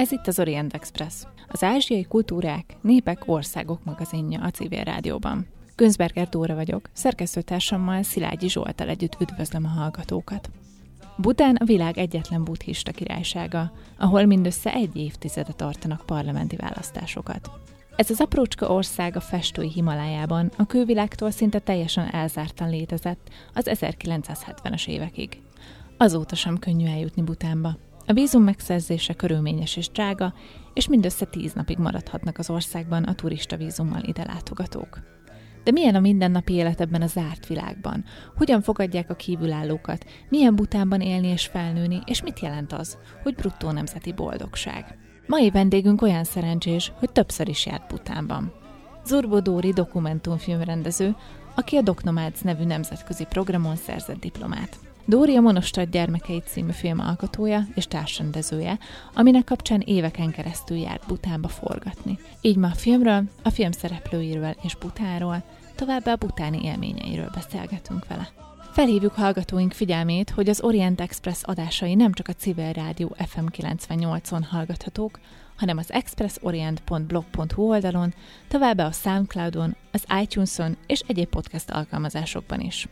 Ez itt az Orient Express, az ázsiai kultúrák, népek, országok magazinja a Civil Rádióban. Günzberger Dóra vagyok, szerkesztőtársammal Szilágyi Zsolttal együtt üdvözlöm a hallgatókat. Bhután a világ egyetlen buddhista királysága, ahol mindössze egy évtizede tartanak parlamenti választásokat. Ez az aprócska ország a festői Himalájában a külvilágtól szinte teljesen elzártan létezett az 1970-es évekig. Azóta sem könnyű eljutni Bhutánba. A vízum megszerzése körülményes és drága, és mindössze 10 napig maradhatnak az országban a turista vízummal ide látogatók. De milyen a mindennapi élet ebben a zárt világban? Hogyan fogadják a kívülállókat? Milyen Bhutánban élni és felnőni? És mit jelent az, hogy bruttó nemzeti boldogság? Mai vendégünk olyan szerencsés, hogy többször is járt Bhutánban. Zurbo Dóri dokumentumfilmrendező, aki a Doc-Nomads nevű nemzetközi programon szerzett diplomát. Dóri a Monostor gyermekei című film alkotója és társrendezője, aminek kapcsán éveken keresztül járt Bhutánba forgatni. Így ma a filmről, a film szereplőiről és Bhutánról, továbbá a bhutáni élményeiről beszélgetünk vele. Felhívjuk hallgatóink figyelmét, hogy az Orient Express adásai nem csak a Civil Rádió FM 98-on hallgathatók, hanem az expressorient.blog.hu oldalon, továbbá a Soundcloudon, az iTunes-on és egyéb podcast alkalmazásokban is.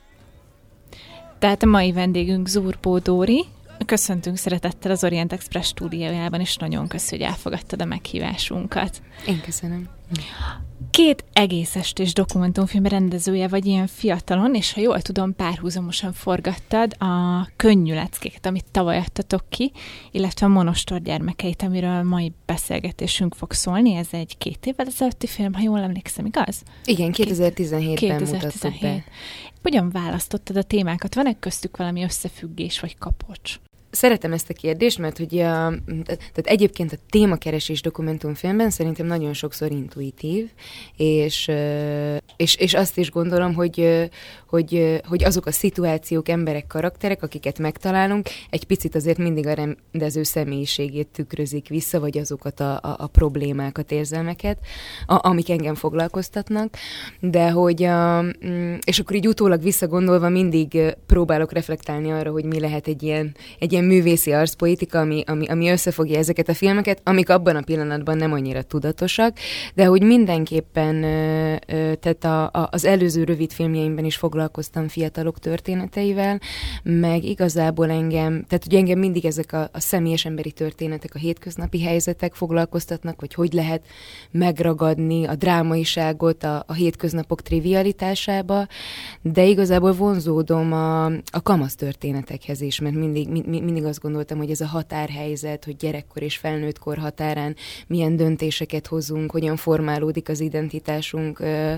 Tehát a mai vendégünk Zurbo Dóri. Köszöntünk szeretettel az Orient Express stúdiójában, és nagyon köszönjük, hogy elfogadtad a meghívásunkat. Én köszönöm. 2 egész estés dokumentumfilm rendezője vagy ilyen fiatalon, és ha jól tudom, párhuzamosan forgattad a Könnyű leckéket, amit tavaly adtatok ki, illetve a Monostor gyermekeit, amiről mai beszélgetésünk fog szólni. Ez egy 2 évvel ezelőtti film, ha jól emlékszem, igaz? Igen, 2017-ben mutattuk be. Hogyan választottad a témákat? Van-e köztük valami összefüggés vagy kapocs? Szeretem ezt a kérdést, mert hogy tehát egyébként a témakeresés dokumentumfilmben szerintem nagyon sokszor intuitív, és azt is gondolom, hogy azok a szituációk, emberek, karakterek, akiket megtalálunk, egy picit azért mindig a rendező személyiségét tükrözik vissza, vagy azokat a problémákat, érzelmeket, amik engem foglalkoztatnak, de hogy, és akkor így utólag visszagondolva mindig próbálok reflektálni arra, hogy mi lehet egy ilyen művészi arszpolitika, ami összefogja ezeket a filmeket, amik abban a pillanatban nem annyira tudatosak, de hogy mindenképpen tehát az előző rövid filmjeimben is foglalkoztam fiatalok történeteivel, meg igazából tehát ugye engem mindig ezek a személyes emberi történetek, a hétköznapi helyzetek foglalkoztatnak, hogy lehet megragadni a drámaiságot a hétköznapok trivialitásába, de igazából vonzódom a kamasz történetekhez is, mert mindig azt gondoltam, hogy ez a határhelyzet, hogy gyerekkor és felnőttkor határán milyen döntéseket hozunk, hogyan formálódik az identitásunk,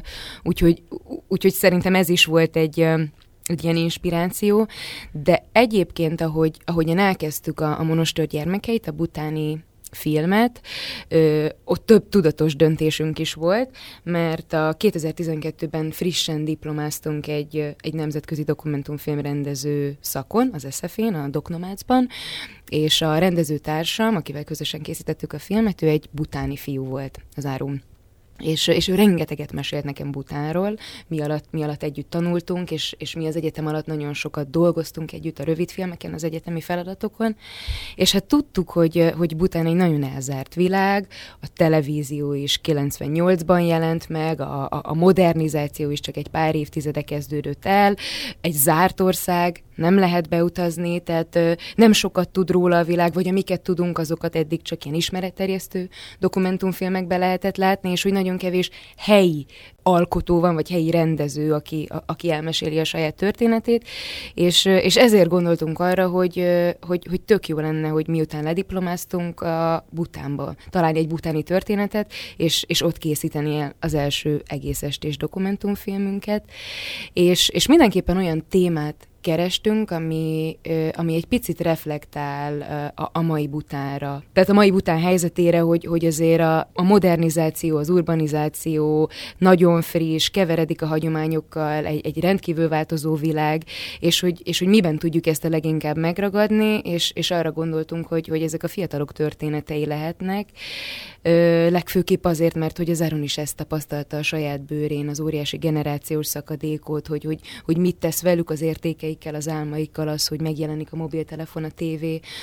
úgyhogy szerintem ez is volt egy ilyen inspiráció, de egyébként, ahogyan elkezdtük a Monostor gyermekeit, a bhutáni filmet, ott több tudatos döntésünk is volt, mert a 2012-ben frissen diplomáztunk egy nemzetközi dokumentumfilmrendező szakon, az SF-én, a Doc-Nomadsban, és a rendezőtársam, akivel közösen készítettük a filmet, ő egy bhutáni fiú volt, az Árun. És ő rengeteget mesélt nekem Bhutánról, mi alatt együtt tanultunk, és mi az egyetem alatt nagyon sokat dolgoztunk együtt a rövidfilmeken, az egyetemi feladatokon, és hát tudtuk, hogy Bhután egy nagyon elzárt világ, a televízió is 98-ban jelent meg, a modernizáció is csak egy pár évtizede kezdődött el, egy zárt ország, nem lehet beutazni, tehát nem sokat tud róla a világ, vagy amiket tudunk, azokat eddig csak ilyen ismeretterjesztő dokumentumfilmekbe lehetett látni, és úgy nagyon kevés helyi alkotó van, vagy helyi rendező, aki elmeséli a saját történetét, és ezért gondoltunk arra, hogy tök jó lenne, hogy miután lediplomáztunk a Bhutánba, találni egy bhutáni történetet, és ott készíteni el az első egész estés dokumentumfilmünket, és mindenképpen olyan témát kerestünk, ami egy picit reflektál a mai Bhutánra. Tehát a mai Bhután helyzetére, hogy azért a modernizáció, az urbanizáció nagyon friss, keveredik a hagyományokkal, egy rendkívül változó világ, és hogy miben tudjuk ezt a leginkább megragadni, és arra gondoltunk, hogy ezek a fiatalok történetei lehetnek. Legfőképp azért, mert hogy az Árun is ezt tapasztalta a saját bőrén, az óriási generációs szakadékot, hogy mit tesz velük az értékeikkel, az álmaikkal, az, hogy megjelenik a mobiltelefon, a tévé,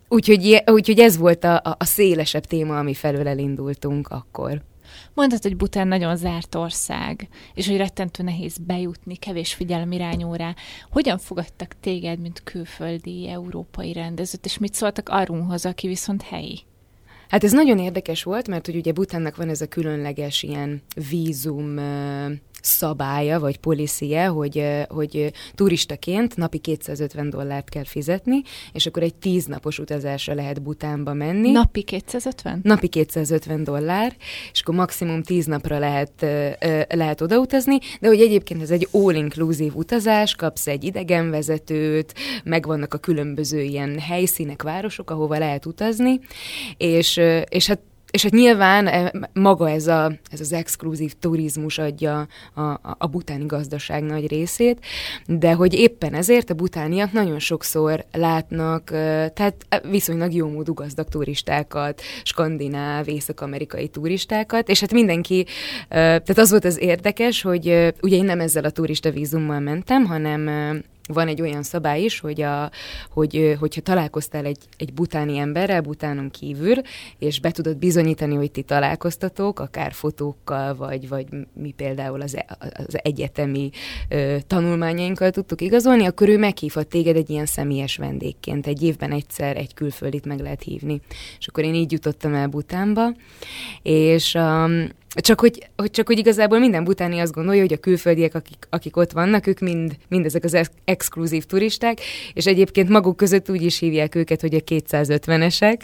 Úgyhogy ez volt a szélesebb téma, ami felől elindultunk akkor. Mondtad, hogy Bhután nagyon zárt ország, és hogy rettentő nehéz bejutni, kevés figyelem irányul rá. Hogyan fogadtak téged, mint külföldi, európai rendezőt, és mit szóltak Arunhoz, aki viszont helyi? Hát ez nagyon érdekes volt, mert hogy ugye Bhutánnak van ez a különleges ilyen vízum szabálya, vagy policie, hogy turistaként napi $250 kell fizetni, és akkor egy 10 napos utazásra lehet Bhutánba menni. Napi 250? Napi $250, és akkor maximum 10 napra lehet odautazni, de hogy egyébként ez egy all-inclusive utazás, kapsz egy idegenvezetőt, megvannak a különböző ilyen helyszínek, városok, ahova lehet utazni, és hát nyilván maga ez az exkluzív turizmus adja a bhutáni gazdaság nagy részét, de hogy éppen ezért a bhutániak nagyon sokszor látnak, tehát viszonylag jómódú gazdag turistákat, skandináv, észak-amerikai turistákat, és hát mindenki, tehát az volt az érdekes, hogy ugye én nem ezzel a turista vízummal mentem, hanem van egy olyan szabály is, hogyha találkoztál egy bhutáni emberrel, Bhutánon kívül, és be tudod bizonyítani, hogy ti találkoztatok, akár fotókkal, vagy mi például az egyetemi tanulmányainkkal tudtuk igazolni, akkor ő meghívhat téged egy ilyen személyes vendégként. Egy évben egyszer egy külföldit meg lehet hívni. És akkor én így jutottam el Bhutánba, és Csak hogy igazából minden bhutáni azt gondolja, hogy a külföldiek, akik ott vannak, ők mind ezek az exkluzív turisták, és egyébként maguk között úgy is hívják őket, hogy a 250-esek.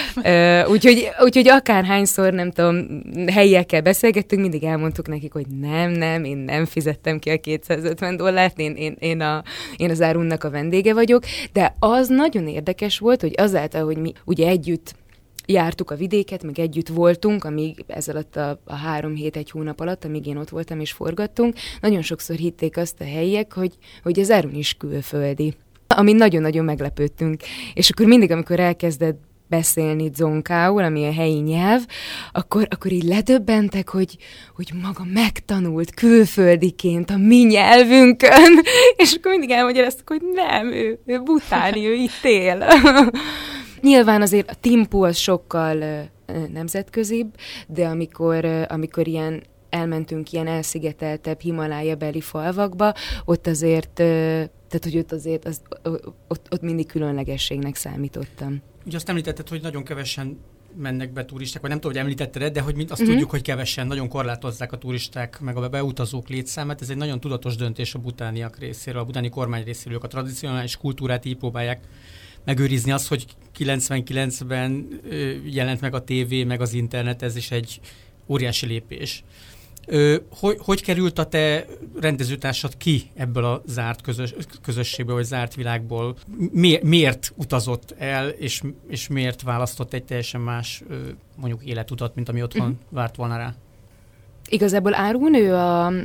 Úgyhogy akárhányszor, nem tudom, helyiekkel beszélgettünk, mindig elmondtuk nekik, hogy nem, én nem fizettem ki a $250, én az Arunnak a vendége vagyok, de az nagyon érdekes volt, hogy azáltal, hogy mi ugye együtt jártuk a vidéket, meg együtt voltunk, amíg ez alatt a 3 hét, 1 hónap alatt, amíg én ott voltam és forgattunk, nagyon sokszor hitték azt a helyiek, hogy az Arun is külföldi. Amin nagyon-nagyon meglepődtünk. És akkor mindig, amikor elkezdett beszélni dzongkául, ami a helyi nyelv, akkor így ledöbbentek, hogy maga megtanult külföldiként a mi nyelvünkön, és akkor mindig elmagyaráztuk, hogy nem, ő bhutáni, ő itt él. Nyilván azért a Thimphu az sokkal nemzetközibb, de amikor ilyen elmentünk ilyen elszigeteltebb Himalája-beli falvakba, ott azért, tehát hogy ott mindig különlegességnek számítottam. Ugye azt említetted, hogy nagyon kevesen mennek be turisták, vagy nem tudom, hogy említetted, de hogy azt tudjuk, hogy kevesen, nagyon korlátozzák a turisták, meg a beutazók létszámát. Ez egy nagyon tudatos döntés a bhutániak részéről, a bhutáni kormány részéről. A tradicionális kultúrát így próbálják megőrizni. Az, hogy 99-ben jelent meg a tévé, meg az internet, ez is egy óriási lépés. Hogy került a te rendezőtársad ki ebből a zárt közösségből, vagy zárt világból? Miért utazott el, és miért választott egy teljesen más mondjuk életutat, mint ami otthon várt volna rá? Igazából Arun, ő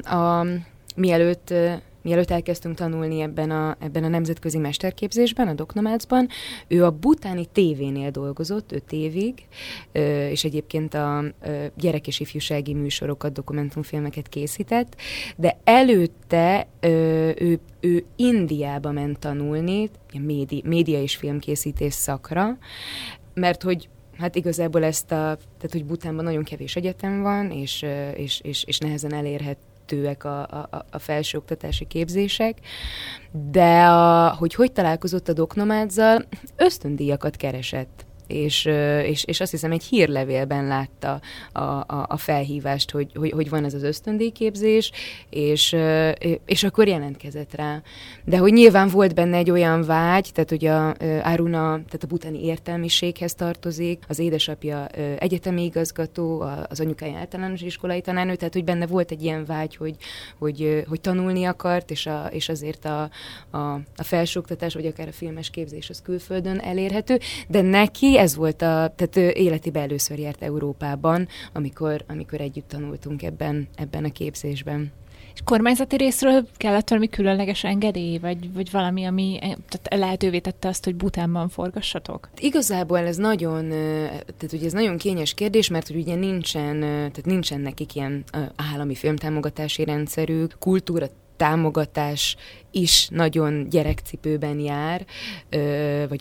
mielőtt elkezdtünk tanulni ebben a nemzetközi mesterképzésben, a Doknomácban, ő a bhutáni tévénél dolgozott 5 évig, és egyébként a gyerek- és ifjúsági műsorokat, dokumentumfilmeket készített, de előtte ő Indiába ment tanulni, média és filmkészítés szakra, mert hogy hát igazából tehát hogy Bhutánban nagyon kevés egyetem van, és nehezen elérhetőek a felsőoktatási képzések, de hogy találkozott a Doknomáccal, ösztöndíjakat keresett. És azt hiszem, egy hírlevélben látta a felhívást, hogy van ez az ösztöndíjképzés, és akkor jelentkezett rá. De hogy nyilván volt benne egy olyan vágy, tehát hogy tehát a bhutáni értelmiséghez tartozik, az édesapja egyetemi igazgató, az anyukája általános iskolai tanárnő, tehát hogy benne volt egy ilyen vágy, hogy tanulni akart, és azért a felsőoktatás, vagy akár a filmes képzés az külföldön elérhető, de neki ez volt tehát életében először járt Európában, amikor együtt tanultunk ebben a képzésben. És kormányzati részről kellett valami különleges engedély, vagy valami, ami tehát lehetővé tette azt, hogy Bhutánban forgassatok? Igazából ez tehát ugye ez nagyon kényes kérdés, mert hogy ugye nincsen nekik ilyen állami filmtámogatási rendszerük, kultúra támogatás is nagyon gyerekcipőben jár, vagy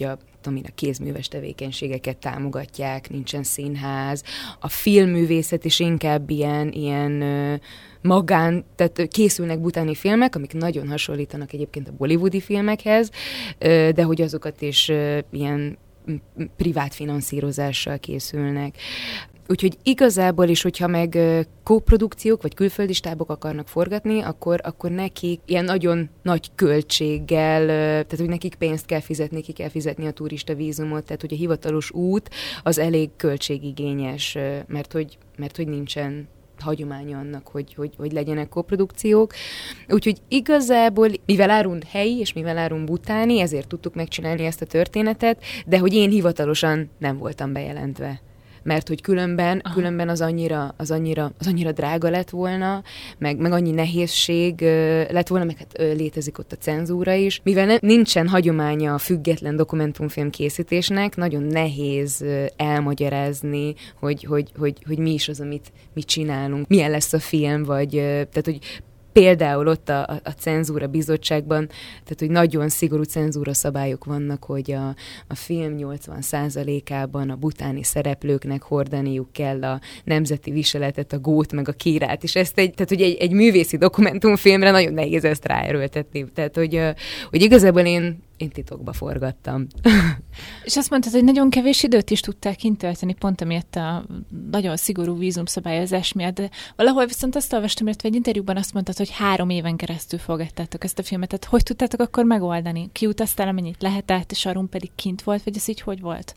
tudom én, a kézműves tevékenységeket támogatják, nincsen színház, a filmművészet is inkább ilyen magán, tehát készülnek butáni filmek, amik nagyon hasonlítanak egyébként a bollywoodi filmekhez, de hogy azokat is ilyen privát finanszírozással készülnek. Úgyhogy igazából is, hogyha meg kóprodukciók vagy külföldi stábok akarnak forgatni, akkor nekik ilyen nagyon nagy költséggel, tehát hogy nekik pénzt kell fizetni, ki kell fizetni a turista vízumot, tehát hogy a hivatalos út az elég költségigényes, mert hogy nincsen hagyománya annak, hogy legyenek koprodukciók. Úgyhogy igazából, mivel Arun helyi, és mivel Arun butáni, ezért tudtuk megcsinálni ezt a történetet, de hogy én hivatalosan nem voltam bejelentve. Mert hogy különben az annyira drága lett volna, meg annyi nehézség lett volna, meg hát létezik ott a cenzúra is. Mivel nincsen hagyománya a független dokumentumfilm készítésnek, nagyon nehéz elmagyarázni, hogy mi is az, amit mi csinálunk, milyen lesz a film, vagy tehát, hogy például ott a cenzúra bizottságban, tehát hogy nagyon szigorú cenzúra szabályok vannak, hogy a film 80%-ában a butáni szereplőknek hordaniuk kell a nemzeti viseletet, a gót meg a kírát, és ezt tehát, hogy egy művészi dokumentumfilmre nagyon nehéz ezt ráerőltetni. Tehát, hogy igazából én titokba forgattam. És azt mondtad, hogy nagyon kevés időt is tudták kint tölteni, pont amiatt a nagyon szigorú vízumszabályozás miatt, de valahol viszont azt olvastam, illetve egy interjúban azt mondtad, hogy 3 éven keresztül forgattátok ezt a filmet, tehát hogy tudtátok akkor megoldani? Kiutaztál, amennyit lehetett, és Arun pedig kint volt, vagy ez így hogy volt?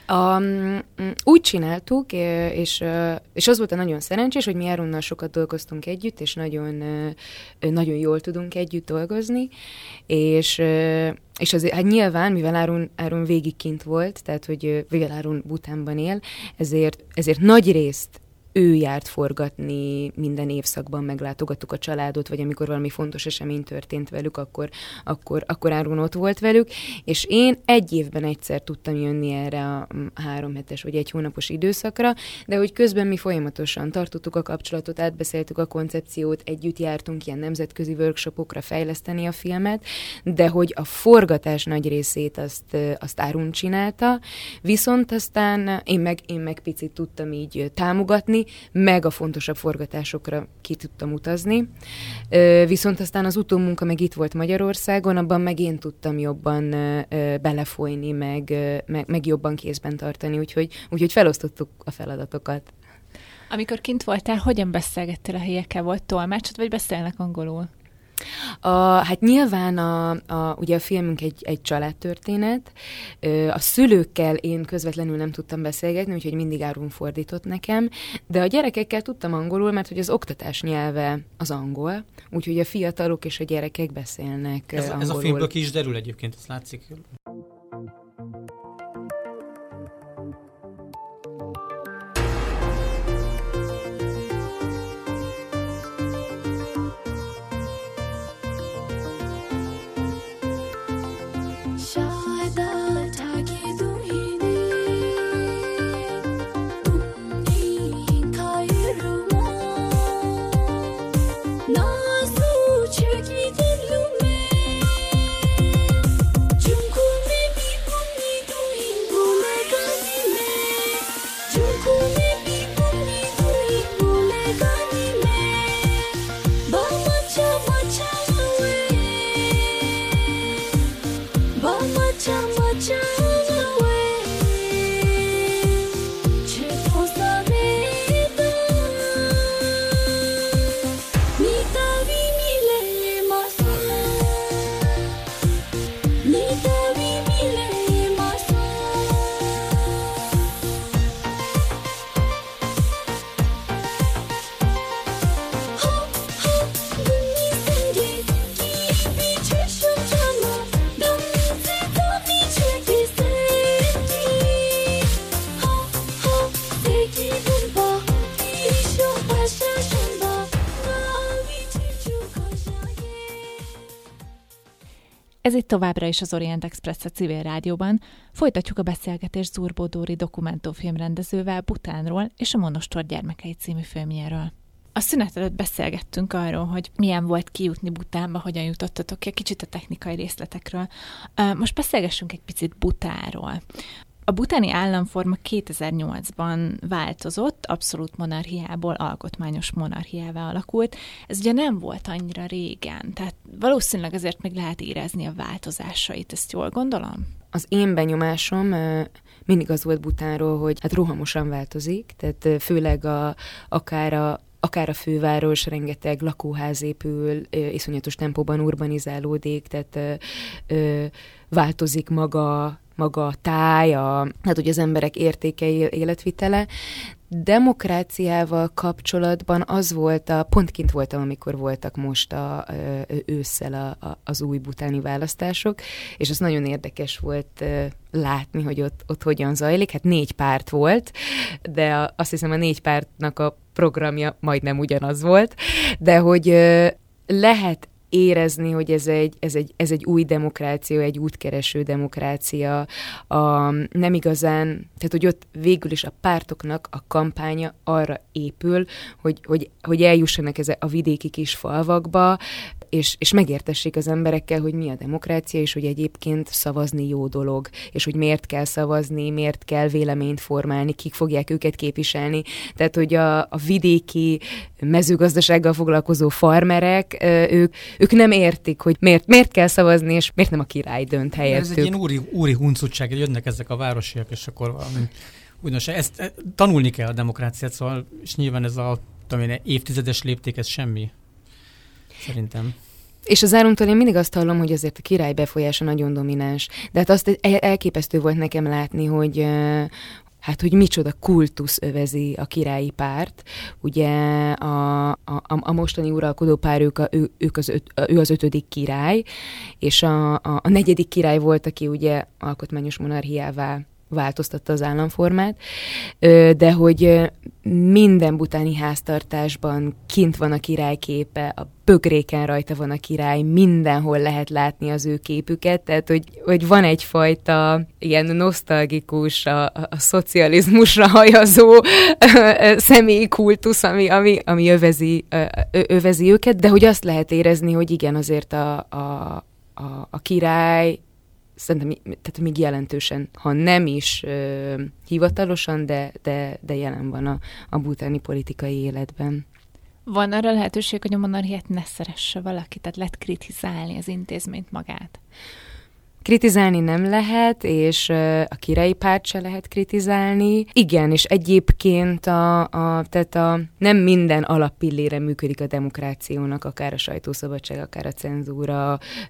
Úgy csináltuk, és az volt a nagyon szerencsés, hogy mi Arunnal sokat dolgoztunk együtt, és nagyon jól tudunk együtt dolgozni, és azért, hát nyilván, mivel Arun végig kint volt, tehát hogy mivel Arun Bhutánban él, ezért nagy részt ő járt forgatni minden évszakban, meglátogattuk a családot, vagy amikor valami fontos esemény történt velük, akkor Arun ott volt velük, és én egy évben egyszer tudtam jönni erre a 3 hetes vagy 1 hónapos időszakra, de hogy közben mi folyamatosan tartottuk a kapcsolatot, átbeszéltük a koncepciót, együtt jártunk ilyen nemzetközi workshopokra fejleszteni a filmet, de hogy a forgatás nagy részét azt Arun csinálta, viszont aztán én meg picit tudtam így támogatni, meg a fontosabb forgatásokra ki tudtam utazni. Viszont aztán az utómunka meg itt volt Magyarországon, abban meg én tudtam jobban belefolyni, meg jobban kézben tartani, úgyhogy felosztottuk a feladatokat. Amikor kint voltál, hogyan beszélgettél a helyiekkel? Volt tolmácsod, vagy beszélnek angolul? Hát nyilván ugye a filmünk egy családtörténet. A szülőkkel én közvetlenül nem tudtam beszélgetni, úgyhogy mindig Arun fordított nekem, de a gyerekekkel tudtam angolul, mert hogy az oktatás nyelve az angol, úgyhogy a fiatalok és a gyerekek beszélnek angolul. Ez a filmből ki is derül egyébként, ez látszik. Ez itt továbbra is az Orient Express a Civil Rádióban. Folytatjuk a beszélgetést Zurbo Dóri dokumentumfilm rendezővel Bhutánról és a Monostor gyermekei című filmjéről. A szünet előtt beszélgettünk arról, hogy milyen volt kijutni Bhutánba, hogyan jutottatok ki, kicsit a technikai részletekről. Most beszélgessünk egy picit Bhutánról. A bhutáni államforma 2008-ban változott, abszolút monarchiából alkotmányos monarchiává alakult. Ez ugye nem volt annyira régen, tehát valószínűleg azért még lehet érezni a változásait, ezt jól gondolom? Az én benyomásom mindig az volt Bhutánról, hogy hát rohamosan változik, tehát főleg akár a főváros, rengeteg lakóház épül, iszonyatos tempóban urbanizálódik, tehát változik maga a táj, hát ugye az emberek értékei, életvitele. Demokráciával kapcsolatban az volt, pont kint voltam, amikor voltak most ősszel az új bhutáni választások, és az nagyon érdekes volt látni, hogy ott hogyan zajlik. Hát 4 párt volt, de azt hiszem a 4 pártnak a programja majdnem ugyanaz volt, de hogy lehet érezni, hogy ez egy új demokrácia, egy útkereső demokrácia, nem igazán, tehát hogy ott végül is a pártoknak a kampánya arra épül, hogy eljussanak a vidéki kis falvakba, és megértessék az emberekkel, hogy mi a demokrácia, és hogy egyébként szavazni jó dolog, és hogy miért kell szavazni, miért kell véleményt formálni, kik fogják őket képviselni. Tehát, hogy a vidéki mezőgazdasággal foglalkozó farmerek, ők nem értik, hogy miért kell szavazni, és miért nem a király dönt helyettük. Ez egy ilyen úri huncutság, hogy jönnek ezek a városiak, és akkor valami úgynevezett. Ezt tanulni kell a demokráciát, szóval, és nyilván ez évtizedes lépték, ez semmi. Szerintem. És az árumtól én mindig azt hallom, hogy azért a király befolyása nagyon domináns. De hát azt elképesztő volt nekem látni, hogy micsoda kultusz övezi a királyi párt. Ugye a mostani uralkodó pár, ő az 5. király, és a 4. király volt, aki ugye alkotmányos monarchiává változtatta az államformát, de hogy minden bhutáni háztartásban kint van a király képe, a bögréken rajta van a király, mindenhol lehet látni az ő képüket, tehát hogy van egyfajta ilyen nosztalgikus, a szocializmusra hajazó személyi kultusz, ami övezi őket, de hogy azt lehet érezni, hogy igen, azért a király szerintem, tehát még jelentősen, ha nem is hivatalosan, de jelen van a bhutáni politikai életben. Van arra lehetőség, hogy a monarchiát ne szeresse valaki, tehát lehet kritizálni az intézményt magát? Kritizálni nem lehet, és a királyi párt se lehet kritizálni. Igen, és egyébként tehát nem minden alappillére működik a demokrációnak, akár a sajtószabadság, akár a cenzúra,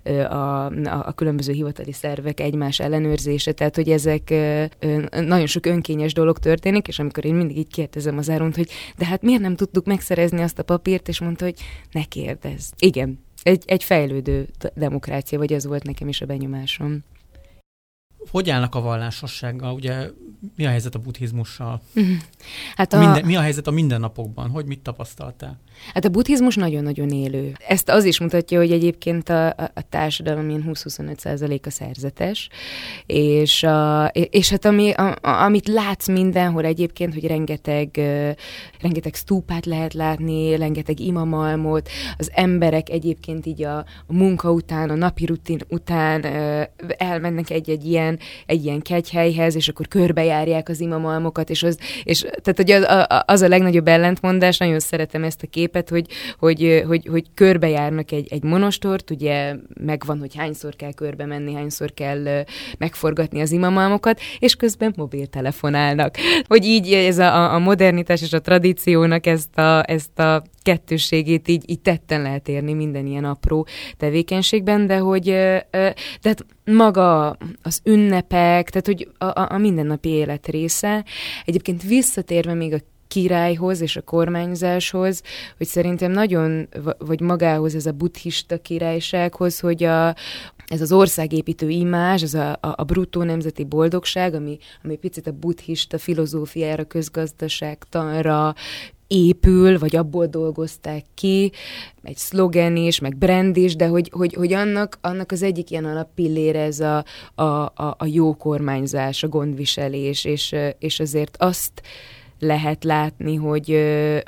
a különböző hivatali szervek egymás ellenőrzése, tehát hogy ezek nagyon sok önkényes dolog történik, és amikor én mindig így kérdezem az Árunt, hogy de hát miért nem tudtuk megszerezni azt a papírt, és mondta, hogy ne kérdezz. Igen. Egy fejlődő demokrácia, vagy az volt nekem is a benyomásom. Hogy állnak a vallásossággal? Ugye mi a helyzet a buddhizmussal? Hát mi a helyzet a mindennapokban? Hogy mit tapasztaltál? Hát a buddhizmus nagyon-nagyon élő. Ezt az is mutatja, hogy egyébként a társadalom ilyen 20-25% szerzetes, és hát amit látsz mindenhol egyébként, hogy rengeteg sztúpát lehet látni, rengeteg imamalmot, az emberek egyébként így a munka után, a napi rutin után elmennek egy ilyen kegyhelyhez, és akkor körbejárják az imamalmokat, és tehát hogy az a legnagyobb ellentmondás, nagyon szeretem ezt a képet, hogy körbejárnak egy monostort, ugye megvan, hogy hányszor kell körbe menni, hányszor kell megforgatni az imamalmokat, és közben mobiltelefonálnak. Hogy így ez a modernitás és a tradíciónak ezt a kettősségét így tetten lehet érni minden ilyen apró tevékenységben, de hogy tehát maga az ünnepek, tehát hogy a mindennapi élet része. Egyébként visszatérve még a királyhoz és a kormányzáshoz, hogy szerintem nagyon, vagy magához, ez a buddhista királysághoz, hogy ez az országépítő imázs, ez a bruttó nemzeti boldogság, ami picit a buddhista filozófiára, közgazdaságtanra épül, vagy abból dolgozták ki, egy szlogen is, meg brand is, de hogy annak az egyik ilyen alappillére ez a jó kormányzás, a gondviselés, és azért azt lehet látni, hogy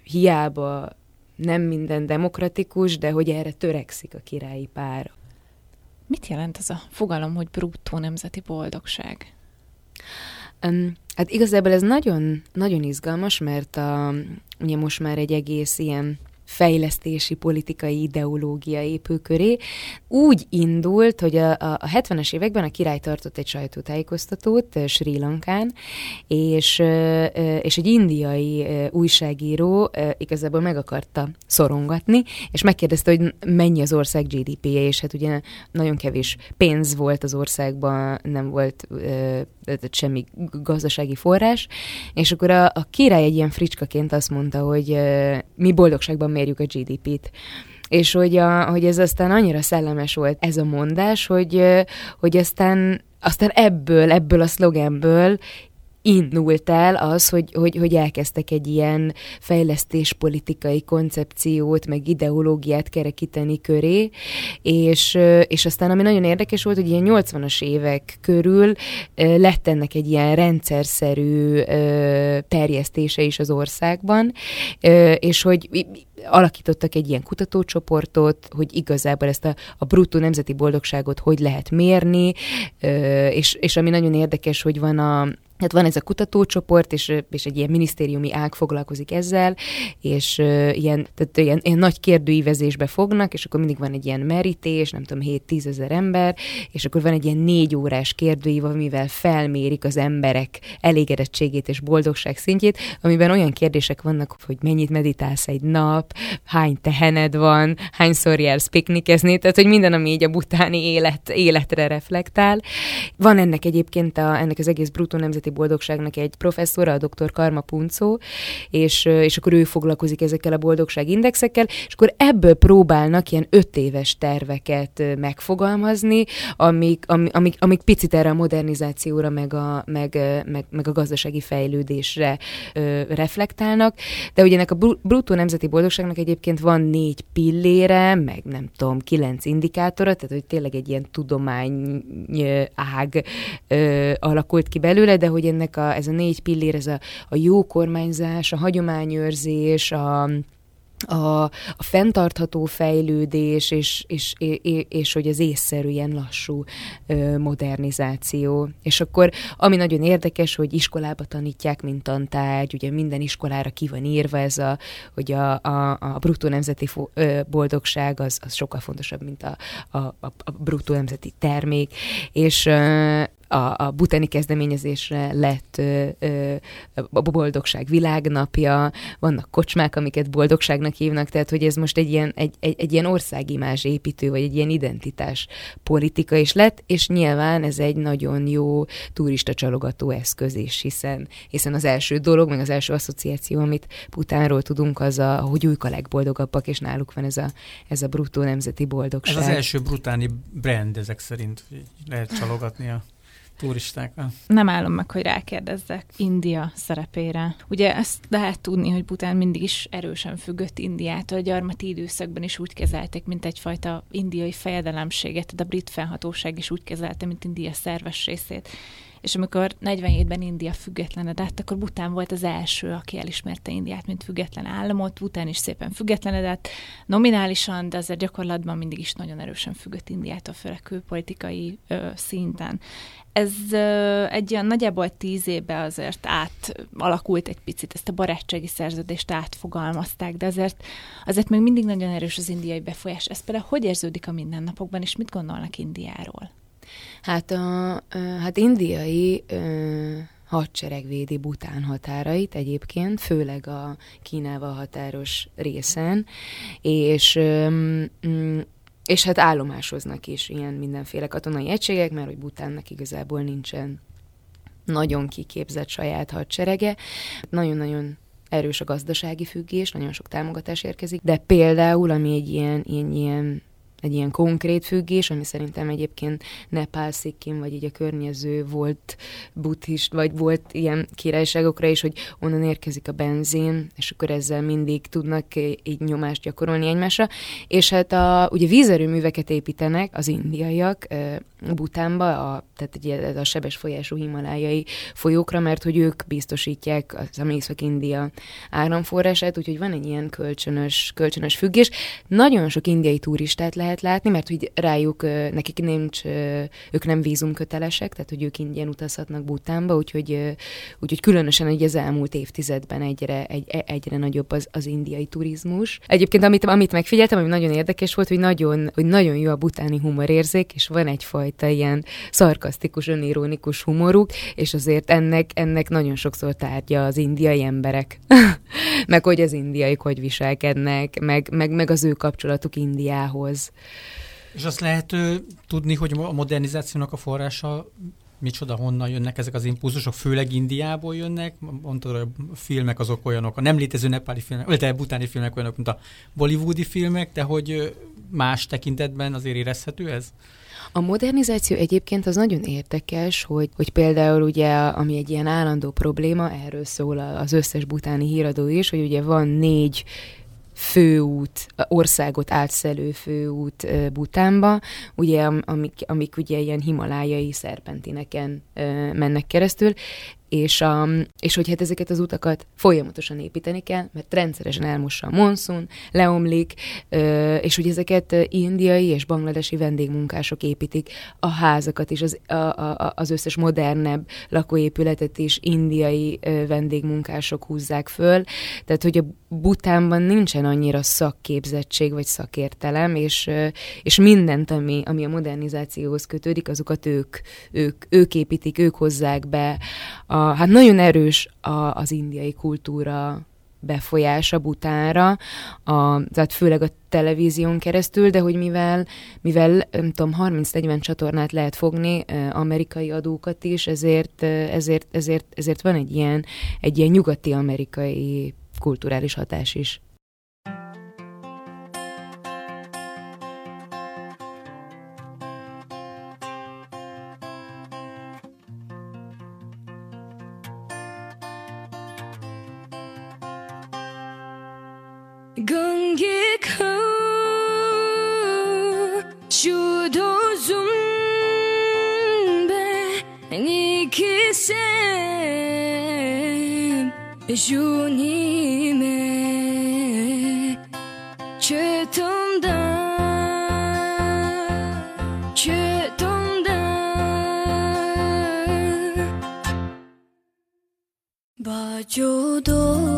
hiába nem minden demokratikus, de hogy erre törekszik a királyi pár. Mit jelent ez a fogalom, hogy bruttó nemzeti boldogság? Hát igazából ez nagyon, nagyon izgalmas, mert ugye most már egy egész ilyen fejlesztési, politikai ideológia épül köré. Úgy indult, hogy a 70-es években a király tartott egy sajtótájékoztatót Srí Lankán, és egy indiai újságíró igazából meg akarta szorongatni, és megkérdezte, hogy mennyi az ország GDP-je, és hát ugye nagyon kevés pénz volt az országban, nem volt semmi gazdasági forrás, és akkor a király egy ilyen fricskaként azt mondta, hogy mi boldogságban mérjük a GDP-t. És hogy ez aztán annyira szellemes volt ez a mondás, hogy aztán ebből a szlogenből indult el az, hogy elkezdtek egy ilyen fejlesztéspolitikai koncepciót, meg ideológiát kerekíteni köré, és aztán ami nagyon érdekes volt, hogy ilyen 80-as évek körül lett ennek egy ilyen rendszerszerű terjesztése is az országban, és hogy alakítottak egy ilyen kutatócsoportot, hogy igazából ezt a bruttó nemzeti boldogságot hogy lehet mérni, és ami nagyon érdekes, hogy van ez a kutatócsoport, és egy ilyen minisztériumi ág foglalkozik ezzel, és ilyen nagy kérdőívezésbe fognak, és akkor mindig van egy ilyen merítés, nem tudom, 7-10 ezer ember, és akkor van egy ilyen 4 órás kérdőív, amivel felmérik az emberek elégedettségét és boldogság szintjét, amiben olyan kérdések vannak, hogy mennyit meditálsz egy nap, hány tehened van, hányszor jársz piknikezni, tehát hogy minden, ami így a butáni életre reflektál. Van ennek egyébként ennek az egész bruttó nemzeti boldogságnak egy professzora, a dr. Karma Puncó, és akkor ő foglalkozik ezekkel a boldogságindexekkel, és akkor ebből próbálnak ilyen 5 éves terveket megfogalmazni, amik picit erre a modernizációra, meg a gazdasági fejlődésre reflektálnak, de ugye ennek a bruttó nemzeti boldogságnak egyébként van 4 pillére, meg nem tudom, 9 indikátora, tehát hogy tényleg egy ilyen tudomány ág alakult ki belőle, de hogy ez a 4 pillér, ez a jó kormányzás, a hagyományőrzés, a fenntartható fejlődés, és hogy az észszerű, ilyen lassú modernizáció. És akkor, ami nagyon érdekes, hogy iskolába tanítják, mint tantárgy, ugye minden iskolára ki van írva ez hogy a bruttó nemzeti boldogság az sokkal fontosabb, mint a bruttó nemzeti termék, és a butáni kezdeményezésre lett a boldogság világnapja, vannak kocsmák, amiket boldogságnak hívnak, tehát hogy ez most egy ilyen országimázs építő, vagy egy ilyen identitás politika is lett, és nyilván ez egy nagyon jó turista csalogató eszköz is, hiszen az első dolog, meg az első asszociáció, amit Bhutánról tudunk, az hogy ők a legboldogabbak, és náluk van ez a bruttó nemzeti boldogság. Ez az első brutáni brand ezek szerint, lehet csalogatni a turistákkal. Nem állom meg, hogy rákérdezzek India szerepére. Ugye ezt lehet tudni, hogy Bhután mindig is erősen függött Indiától. A gyarmati időszakban is úgy kezelték, mint egyfajta indiai fejedelemséget, de a brit fennhatóság is úgy kezelte, mint India szerves részét. És amikor 47-ben India függetlenedett, akkor Bhután volt az első, aki elismerte Indiát, mint független államot. Bhután is szépen függetlenedett, nominálisan, de azért gyakorlatban mindig is nagyon erősen függött Indiától, főleg külpolitikai szinten. Ez egy olyan nagyjából 10 évben azért átalakult egy picit, ezt a barátsági szerződést átfogalmazták, de azért még mindig nagyon erős az indiai befolyás. Ez például hogy érződik a mindennapokban, és mit gondolnak Indiáról? Hát indiai hadsereg védi Bhután határait egyébként, főleg a Kínával határos részen, és hát állomásoznak is ilyen mindenféle katonai egységek, mert hogy Bhutánnak igazából nincsen nagyon kiképzett saját hadserege. Nagyon-nagyon erős a gazdasági függés, nagyon sok támogatás érkezik, de például, ami egy ilyen ilyen konkrét függés, ami szerintem egyébként Nepál, Szikkim, vagy így a környező volt buddhist, vagy volt ilyen királyságokra is, hogy onnan érkezik a benzin, és akkor ezzel mindig tudnak így nyomást gyakorolni egymásra. És hát ugye vízerőműveket építenek az indiaiak Bhutánba, tehát ugye a sebes folyású himalájai folyókra, mert hogy ők biztosítják az Észak-India áramforrását, úgyhogy van egy ilyen kölcsönös függés. Nagyon sok indiai turistát lehet látni, mert hogy rájuk, nekik ők nem vízumkötelesek, tehát hogy ők ingyen utazhatnak Bhutánba, úgyhogy különösen egy az elmúlt évtizedben egyre nagyobb az indiai turizmus. Egyébként amit megfigyeltem, ami nagyon érdekes volt, hogy nagyon jó a bhutáni humorérzék, és van egyfajta ilyen szarkasztikus, önironikus humoruk, és azért ennek nagyon sokszor tárgya az indiai emberek. Meg hogy az indiaiak hogy viselkednek, meg az ő kapcsolatuk Indiához. És azt lehet tudni, hogy a modernizációnak a forrása micsoda, honnan jönnek ezek az impulzusok, főleg Indiából jönnek? Mondtad, hogy a filmek azok olyanok, a nem létező nepáli filmek, vagy a bhutáni filmek olyanok, mint a bollywoodi filmek, de hogy más tekintetben azért érezhető ez? A modernizáció egyébként az nagyon érdekes, hogy például ugye, ami egy ilyen állandó probléma, erről szól az összes bhutáni híradó is, hogy ugye van 4 főút, országot átszelő főút Bhutánba, ugye, amik ugye ilyen himalájai szerpentineken mennek keresztül, és hogy hát ezeket az utakat folyamatosan építeni kell, mert rendszeresen elmossa a monszun, leomlik, és hogy ezeket indiai és bangladesi vendégmunkások építik, a házakat is, az összes modernebb lakóépületet is indiai vendégmunkások húzzák föl, tehát hogy a Bhutánban nincsen annyira szakképzettség vagy szakértelem, és mindent, ami a modernizációhoz kötődik, azokat ők építik, ők hozzák be. Hát nagyon erős az indiai kultúra befolyása Bhutánra, tehát főleg a televízión keresztül, de hogy mivel nem tudom, 30-40 csatornát lehet fogni, amerikai adókat is, ezért van egy ilyen nyugati-amerikai kulturális hatás is. Gange kha shudo zumbe nikise junime chetumda bajodo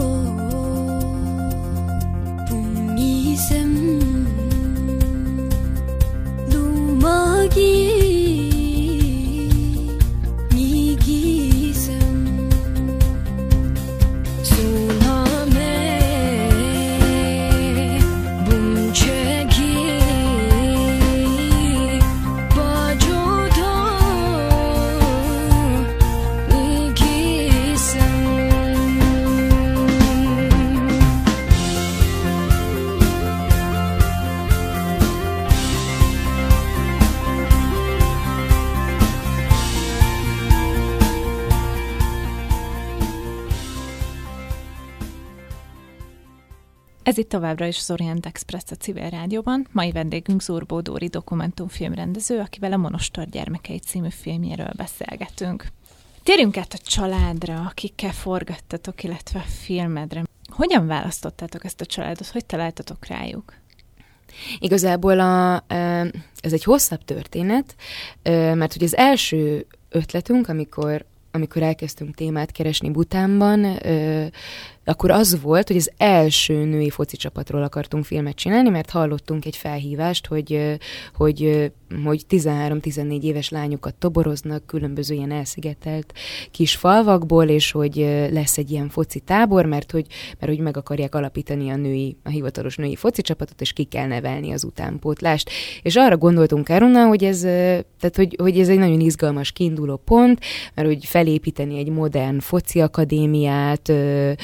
Ez itt továbbra is az Orient Express a Civil Rádióban. Mai vendégünk Zurbó Dóri dokumentumfilmrendező, akivel a Monostor gyermekei című filmjéről beszélgetünk. Térjünk át a családra, akikkel forgattatok, illetve a filmedre. Hogyan választottátok ezt a családot? Hogy találtatok rájuk? Igazából ez egy hosszabb történet, mert ugye az első ötletünk, amikor elkezdtünk témát keresni Bhutánban, akkor az volt, hogy az első női foci csapatról akartunk filmet csinálni, mert hallottunk egy felhívást, hogy 13-14 éves lányokat toboroznak különböző ilyen elszigetelt kis falvakból, és hogy lesz egy ilyen foci tábor, mert hogy meg akarják alapítani a hivatalos női foci csapatot, és ki kell nevelni az utánpótlást. És arra gondoltunk Aruna, hogy ez egy nagyon izgalmas kiinduló pont, mert hogy felépíteni egy modern foci akadémiát,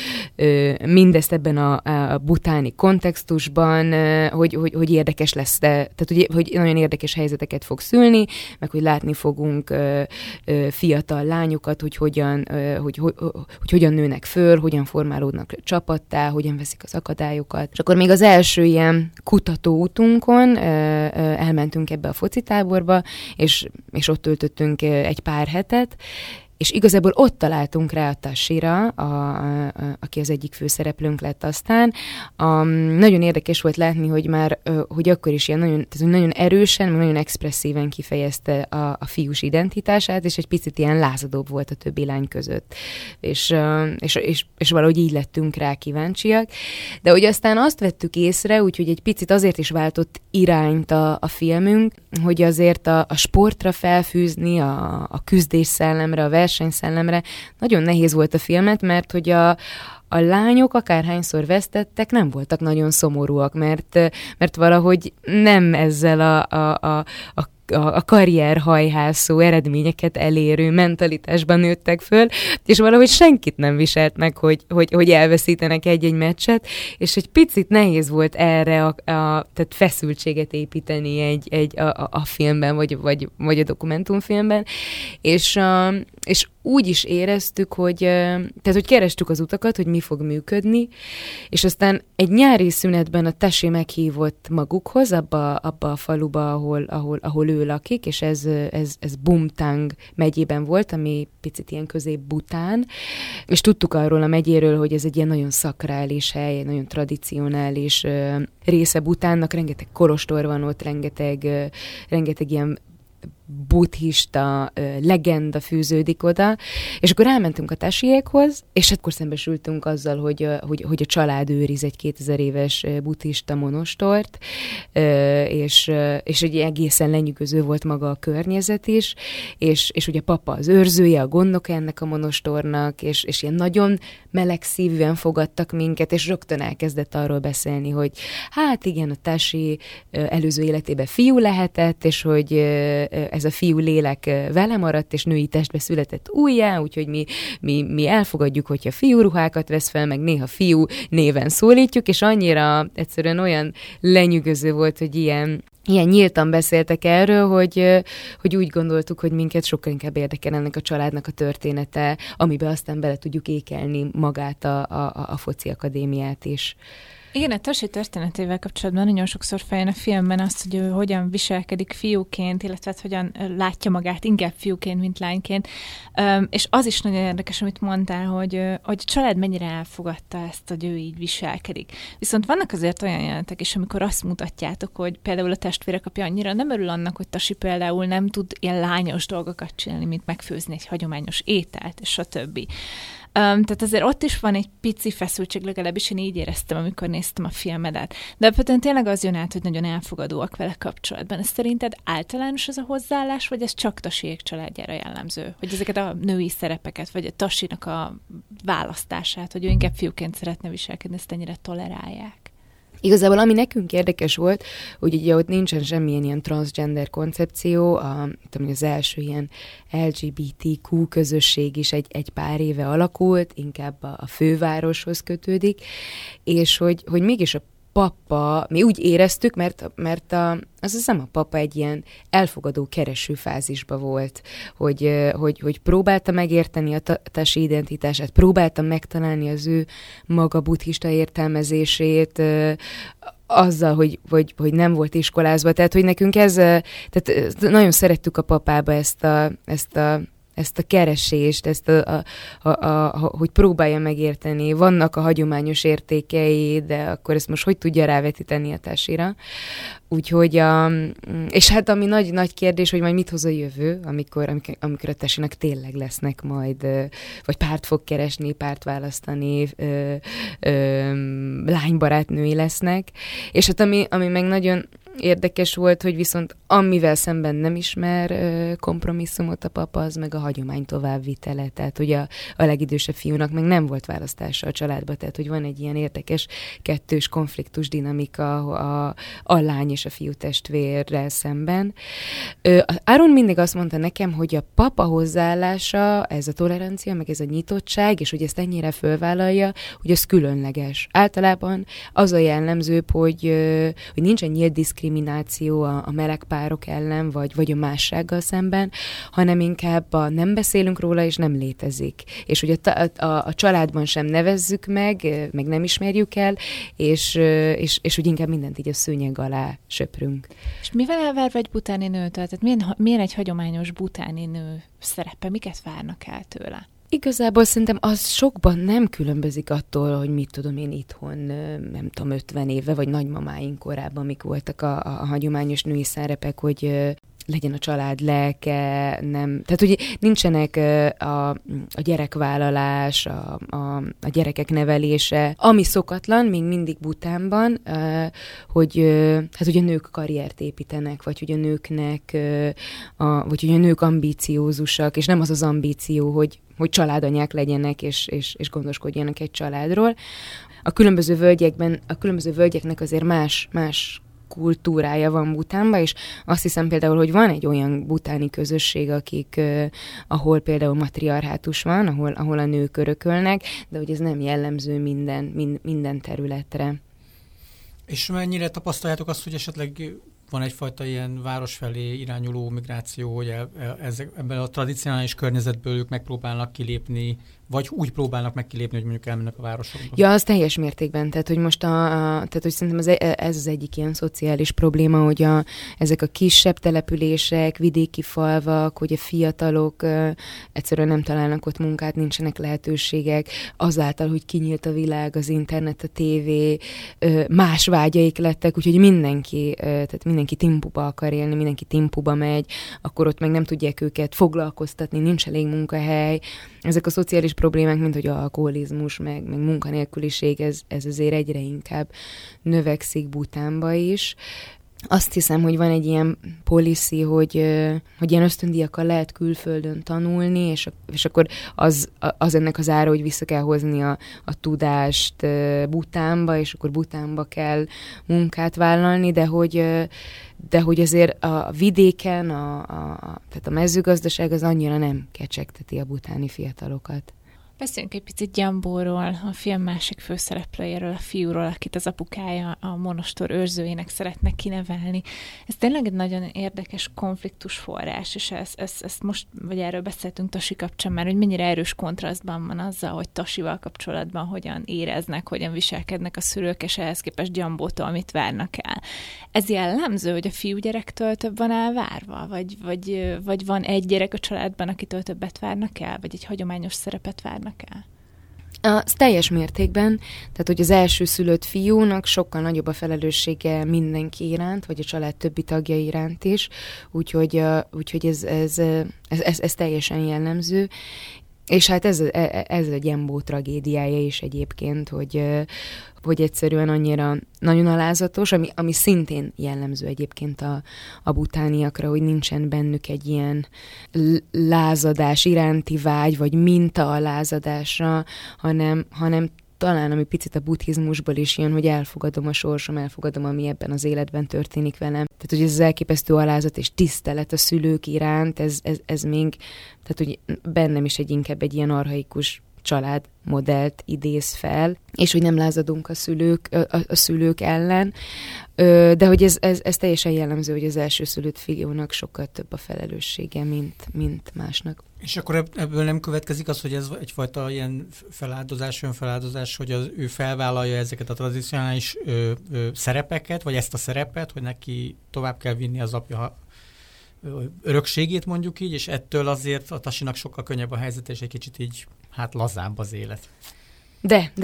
mindezt ebben a butáni kontextusban, hogy érdekes lesz, tehát hogy nagyon érdekes helyzeteket fog szülni, meg hogy látni fogunk fiatal lányokat, hogy hogyan nőnek föl, hogyan formálódnak csapattá, hogyan veszik az akadályokat. És akkor még az első ilyen kutatóutunkon elmentünk ebbe a focitáborba, és ott töltöttünk egy pár hetet, és igazából ott találtunk rá a Tashira, aki az egyik főszereplőnk lett aztán. Nagyon érdekes volt látni, hogy akkor is ilyen nagyon erősen, nagyon expresszíven kifejezte a fiús identitását, és egy picit ilyen lázadóbb volt a többi lány között. És valahogy így lettünk rá kíváncsiak. De hogy aztán azt vettük észre, úgyhogy egy picit azért is váltott irányt a filmünk, hogy azért a sportra felfűzni, a küzdésszellemre, a versenyszellemre nagyon nehéz volt a filmet, mert hogy a lányok akárhányszor vesztettek, nem voltak nagyon szomorúak, mert valahogy nem ezzel a karrierhajhászó eredményeket elérő mentalitásban nőttek föl, és valahogy senkit nem viselt meg, hogy elveszítenek egy-egy meccset, és egy picit nehéz volt erre tehát feszültséget építeni a filmben, vagy a dokumentumfilmben, és úgy is éreztük, hogy kerestük az utakat, hogy mi fog működni, és aztán egy nyári szünetben a Tashi meghívott magukhoz, abba a faluba, ahol ő lakik, és ez Bumtang megyében volt, ami picit ilyen közép-Bután, és tudtuk arról a megyéről, hogy ez egy ilyen nagyon szakrális hely, egy nagyon tradicionális része Butánnak, rengeteg kolostor van ott, rengeteg ilyen buddhista legenda fűződik oda, és akkor elmentünk a Tashiékhoz, és akkor szembesültünk azzal, hogy a család őriz egy 2000 éves buddhista monostort, és egy egészen lenyűgöző volt maga a környezet is, és ugye papa az őrzője, a gondnoka ennek a monostornak, és ilyen nagyon melegszívűen fogadtak minket, és rögtön elkezdett arról beszélni, hogy hát igen, a Tashi előző életében fiú lehetett, és hogy ez a fiú lélek vele maradt, és női testbe született újjá, úgyhogy mi elfogadjuk, hogyha fiú ruhákat vesz fel, meg néha fiú néven szólítjuk, és annyira egyszerűen olyan lenyűgöző volt, hogy ilyen nyíltan beszéltek erről, hogy úgy gondoltuk, hogy minket sokkal inkább érdekel ennek a családnak a története, amiben aztán bele tudjuk ékelni magát a foci akadémiát is. Igen, a Tashi történetével kapcsolatban nagyon sokszor feljön a filmben azt, hogy ő hogyan viselkedik fiúként, illetve hogyan látja magát inkább fiúként, mint lányként. És az is nagyon érdekes, amit mondtál, hogy a család mennyire elfogadta ezt, hogy ő így viselkedik. Viszont vannak azért olyan jelenetek is, amikor azt mutatjátok, hogy például a testvérek annyira nem örül annak, hogy Tashi például nem tud ilyen lányos dolgokat csinálni, mint megfőzni egy hagyományos ételt, és stb. Tehát azért ott is van egy pici feszültség, legalábbis én így éreztem, amikor néztem a filmedet. De alapvetően tényleg az jön át, hogy nagyon elfogadóak vele kapcsolatban. Ez szerinted általános ez a hozzáállás, vagy ez csak Tashiék családjára jellemző? Hogy ezeket a női szerepeket, vagy a Tashinak a választását, hogy ő inkább fiúként szeretne viselkedni, ezt ennyire tolerálják? Igazából ami nekünk érdekes volt, hogy ugye ott nincsen semmilyen ilyen transgender koncepció, az első ilyen LGBTQ közösség is egy pár éve alakult, inkább a fővároshoz kötődik, és hogy mégis a papa, mi úgy éreztük, mert azt hiszem a papa egy ilyen elfogadó kereső fázisba volt, hogy próbálta megérteni a Tashi identitását, próbálta megtalálni az ő maga buddhista értelmezését, azzal, hogy nem volt iskolázva. Tehát, hogy nekünk tehát nagyon szerettük a papába ezt a keresést, hogy próbálja megérteni, vannak a hagyományos értékei, de akkor ezt most hogy tudja rávetíteni a Tashira. Úgyhogy, és hát ami nagy kérdés, hogy majd mit hoz a jövő, amikor a Tashinak tényleg lesznek majd, vagy párt fog keresni, párt választani, lánybarátnői lesznek. És hát ami meg nagyon érdekes volt, hogy viszont amivel szemben nem ismer kompromisszumot a papa, az meg a hagyomány továbbvitele. Tehát ugye a legidősebb fiúnak meg nem volt választása a családba, tehát hogy van egy ilyen érdekes kettős konfliktus dinamika a lány és a fiú testvérrel szemben. Áron mindig azt mondta nekem, hogy a papa hozzáállása, ez a tolerancia, meg ez a nyitottság, és hogy ezt ennyire fölvállalja, hogy ez különleges. Általában az a jellemzőbb, hogy nincsen nyílt diszkrimináció a meleg párok ellen, vagy a mássággal szemben, hanem inkább nem beszélünk róla, és nem létezik. És hogy a családban sem nevezzük meg nem ismerjük el, és hogy inkább mindent így a szőnyeg alá söprünk. És mivel elvárva egy butáni nőtől? Tehát milyen egy hagyományos butáni nő szerepe? Miket várnak el tőle? Igazából szerintem az sokban nem különbözik attól, hogy mit tudom én itthon, nem tudom, 50 éve, vagy nagymamáink korában, amik voltak a hagyományos női szerepek, hogy legyen a család lelke, nem. Tehát, hogy nincsenek a gyerekvállalás, a gyerekek nevelése, ami szokatlan, még mindig Bhutánban, hogy a nők karriert építenek, vagy hogy a nőknek, vagy hogy a nők ambíciózusak, és nem az az ambíció, hogy családanyák legyenek, és gondoskodjanak egy családról. A különböző völgyeknek azért más kultúrája van Bhutánban, és azt hiszem például, hogy van egy olyan bhutáni közösség, ahol például matriarhátus van, ahol a nők örökölnek, de hogy ez nem jellemző minden területre. És mennyire tapasztaljátok azt, hogy esetleg van egyfajta ilyen város felé irányuló migráció, hogy ebben a tradicionális környezetből ők megpróbálnak kilépni, vagy úgy próbálnak meg kilépni, hogy mondjuk elmennek a városokba? Ja, az teljes mértékben. Tehát, hogy most tehát, hogy szerintem ez az egyik ilyen szociális probléma, hogy ezek a kisebb települések, vidéki falvak, hogy a fiatalok egyszerűen nem találnak ott munkát, nincsenek lehetőségek, azáltal, hogy kinyílt a világ, az internet, a tévé, más vágyaik lettek, úgyhogy mindenki Timpuba akar élni, mindenki Timpuba megy, akkor ott meg nem tudják őket foglalkoztatni, nincs elég munkahely. Ezek a szociális problémák, mint hogy alkoholizmus, meg munkanélküliség, ez azért egyre inkább növekszik Bhutánba is. Azt hiszem, hogy van egy ilyen policy, hogy ilyen ösztöndíjakkal lehet külföldön tanulni, és akkor az ennek az ára, hogy vissza kell hozni a tudást Bhutánba, és akkor Bhutánba kell munkát vállalni, de hogy azért a vidéken, tehát a mezőgazdaság az annyira nem kecsegteti a bhutáni fiatalokat. Beszéljünk egy picit Jambóról, a film másik főszereplőjéről, a fiúról, akit az apukája a monostor őrzőjének szeretne kinevelni. Ez tényleg egy nagyon érdekes konfliktus forrás, és ezt most, vagy erről beszéltünk Tasi kapcsán már, hogy mennyire erős kontrasztban van azzal, hogy Tasival kapcsolatban hogyan éreznek, hogyan viselkednek a szülők, és ehhez képest Jambótól mit várnak el. Ez jellemző, hogy a fiúgyerektől több van elvárva? Vagy van egy gyerek a családban, akitől többet várnak el? Vagy egy hagyományos szerepet várnak el? Az teljes mértékben, tehát hogy az első szülött fiúnak sokkal nagyobb a felelőssége mindenki iránt, vagy a család többi tagja iránt is, úgyhogy ez teljesen jellemző. És hát ez a Jambó tragédiája is egyébként, hogy egyszerűen annyira nagyon alázatos, ami szintén jellemző egyébként a bhutániakra, hogy nincsen bennük egy ilyen lázadás iránti vágy, vagy minta a lázadásra, hanem talán ami picit a buddhizmusból is jön, hogy elfogadom a sorsom, elfogadom, ami ebben az életben történik velem. Tehát, hogy ez az elképesztő alázat és tisztelet a szülők iránt, ez még, tehát, hogy bennem is inkább egy ilyen archaikus családmodellt idéz fel, és hogy nem lázadunk a szülők ellen, de hogy ez teljesen jellemző, hogy az első szülött fiúnak sokkal több a felelőssége, mint másnak. És akkor ebből nem következik az, hogy ez egyfajta ilyen önfeláldozás, hogy ő felvállalja ezeket a tradicionális szerepeket, vagy ezt a szerepet, hogy neki tovább kell vinni az apja örökségét, mondjuk így, és ettől azért a Tasinak sokkal könnyebb a helyzet, és egy kicsit így, lazább az élet. De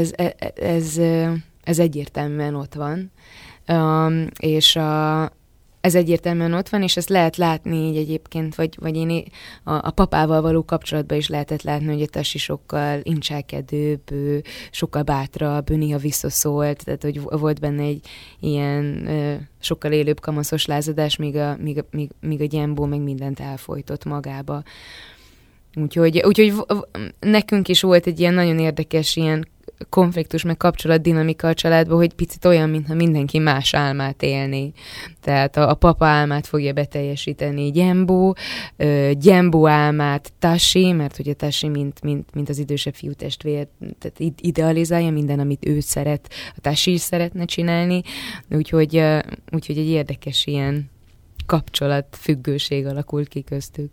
ez egyértelműen ott van. És ez egyértelműen ott van, és ezt lehet látni így egyébként, vagy én a papával való kapcsolatban is lehetett látni, hogy a Tasi sokkal incselkedőbb, sokkal bátrabb, néha visszaszólt, tehát hogy volt benne egy ilyen sokkal élőbb kamaszos lázadás, míg a Gyembó meg mindent elfojtott magába. Úgyhogy nekünk is volt egy ilyen nagyon érdekes ilyen konfliktus, meg kapcsolatdinamika a családban, hogy picit olyan, mintha mindenki más álmát élné. Tehát a papa álmát fogja beteljesíteni Gyembó, Gyembó álmát Tasi, mert ugye Tasi, mint az idősebb fiútestvér, tehát idealizálja minden, amit ő szeret, a Tasi is szeretne csinálni, úgyhogy egy érdekes ilyen kapcsolatfüggőség alakult ki köztük.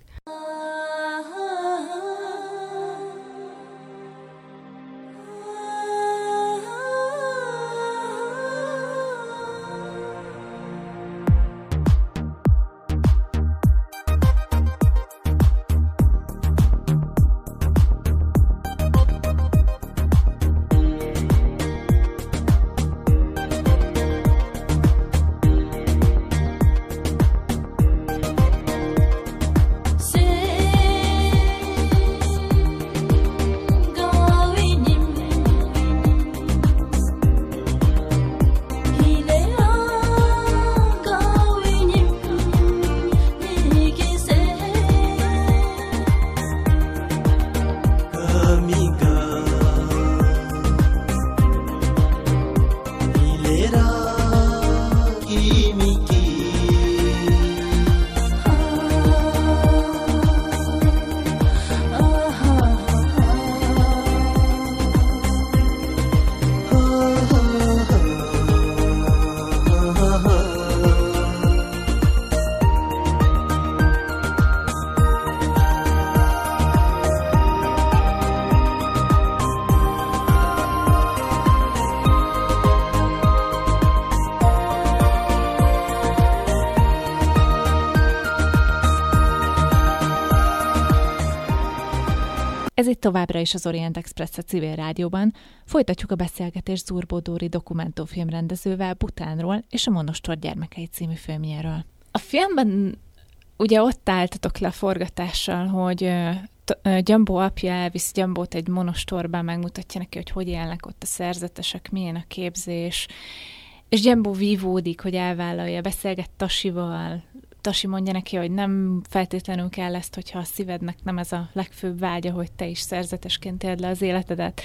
Ez itt továbbra is az Orient Express a Civil Rádióban. Folytatjuk a beszélgetést Zurbó Dóri dokumentumfilmrendezővel Bhutánról és a Monostor gyermekei című filmjéről. A filmben ugye ott álltatok le a forgatással, hogy Gyambó apja elvisz Gyambót egy monostorba, megmutatja neki, hogy élnek ott a szerzetesek, milyen a képzés, és Gyambó vívódik, hogy elvállalja, beszélget Tasival. Tasi mondja neki, hogy nem feltétlenül kell ezt, hogyha a szívednek nem ez a legfőbb vágya, hogy te is szerzetesként éld le az életedet.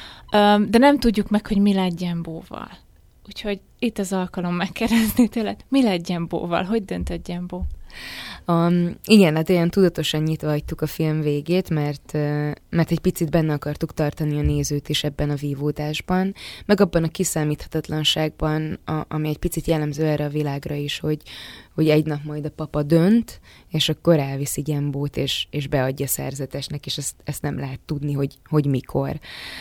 De nem tudjuk meg, hogy mi lett Gyambóval. Úgyhogy itt az alkalom megkérdezni tőled, mi lett Gyambóval? Hogy döntött Gyambó? Igen, hát olyan tudatosan nyitva hagytuk a film végét, mert egy picit benne akartuk tartani a nézőt is ebben a vívódásban, meg abban a kiszámíthatatlanságban, ami egy picit jellemző erre a világra is, hogy egy nap majd a papa dönt, és akkor elviszi Gyambót, és beadja szerzetesnek, és ezt nem lehet tudni, hogy mikor.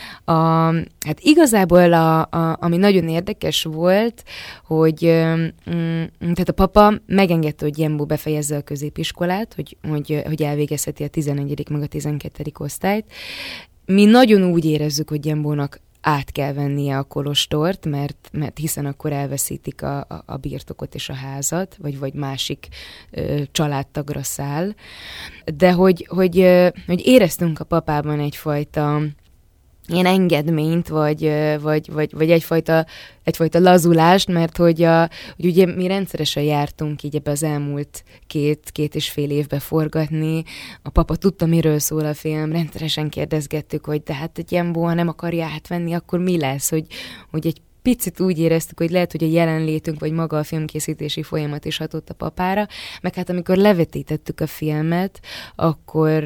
Hát igazából ami nagyon érdekes volt, hogy tehát a papa megengedte, hogy Gyambó befejezze a középiskolát, hogy elvégezheti a 11. meg a 12. osztályt. Mi nagyon úgy érezzük, hogy Gyambónak át kell vennie a kolostort, mert hiszen akkor elveszítik a birtokot és a házat, vagy másik családtagra száll. De hogy éreztünk a papában egyfajta ilyen engedményt, vagy egyfajta lazulást, mert hogy ugye mi rendszeresen jártunk így ebbe az elmúlt két és fél évbe forgatni. A papa tudta, miről szól a film, rendszeresen kérdezgettük, hogy de hát Gyambó, ha nem akarja átvenni, akkor mi lesz, hogy egy picit úgy éreztük, hogy lehet, hogy a jelenlétünk, vagy maga a filmkészítési folyamat is hatott a papára, meg hát amikor levetítettük a filmet, akkor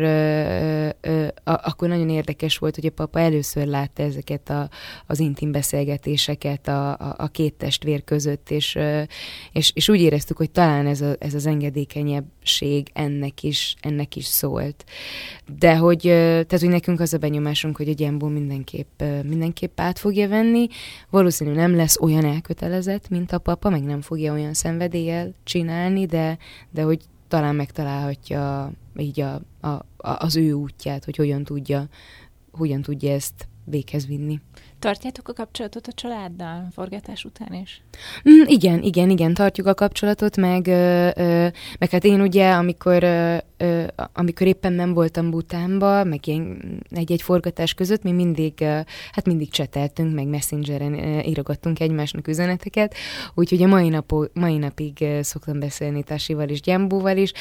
nagyon érdekes volt, hogy a papa először látta ezeket az intim beszélgetéseket a két testvér között, és úgy éreztük, hogy talán ez az engedékenyebbség ennek is szólt. De tehát, hogy nekünk az a benyomásunk, hogy a Gyambó mindenképp át fogja venni, valószínűleg nem lesz olyan elkötelezett, mint a papa, meg nem fogja olyan szenvedéllyel csinálni, de hogy talán megtalálhatja így az ő útját, hogy hogyan tudja ezt véghez vinni. Tartjátok a kapcsolatot a családdal forgatás után is? Igen, tartjuk a kapcsolatot, meg hát én ugye, amikor éppen nem voltam Bhutánba, meg ilyen egy-egy forgatás között, mi mindig cseteltünk, meg Messengeren írogattunk egymásnak üzeneteket, úgyhogy a mai napig szoktam beszélni Tashival és Gyambóval is.